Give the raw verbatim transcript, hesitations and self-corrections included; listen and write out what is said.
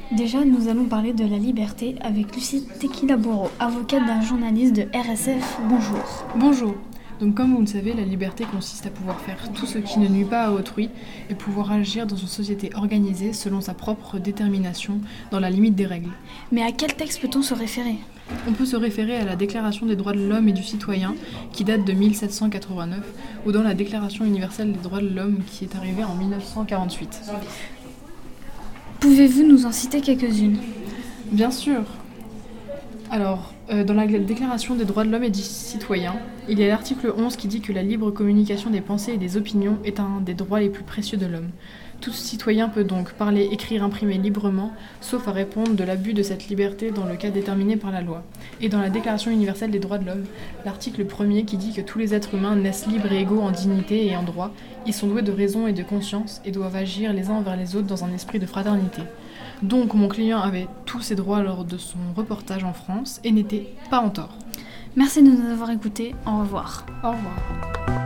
Déjà, nous allons parler de la liberté avec Lucie Tequilaboro, avocate d'un journaliste de R S F. Bonjour. Bonjour. Donc comme vous le savez, la liberté consiste à pouvoir faire tout ce qui ne nuit pas à autrui et pouvoir agir dans une société organisée selon sa propre détermination, dans la limite des règles. Mais à quel texte peut-on se référer ? On peut se référer à la Déclaration des droits de l'homme et du citoyen, qui date de mille sept cent quatre-vingt-neuf, ou dans la Déclaration universelle des droits de l'homme, qui est arrivée en mille neuf cent quarante-huit. Pouvez-vous nous en citer quelques-unes ? Bien sûr. Alors, euh, dans la Déclaration des droits de l'homme et du citoyen, il y a l'article onze qui dit que la libre communication des pensées et des opinions est un des droits les plus précieux de l'homme. Tout citoyen peut donc parler, écrire, imprimer librement, sauf à répondre de l'abus de cette liberté dans le cas déterminé par la loi. Et dans la Déclaration universelle des droits de l'homme, l'article premier qui dit que tous les êtres humains naissent libres et égaux en dignité et en droit, ils sont doués de raison et de conscience et doivent agir les uns envers les autres dans un esprit de fraternité. Donc mon client avait tous ses droits lors de son reportage en France et n'était pas en tort. Merci de nous avoir écoutés. Au revoir. Au revoir.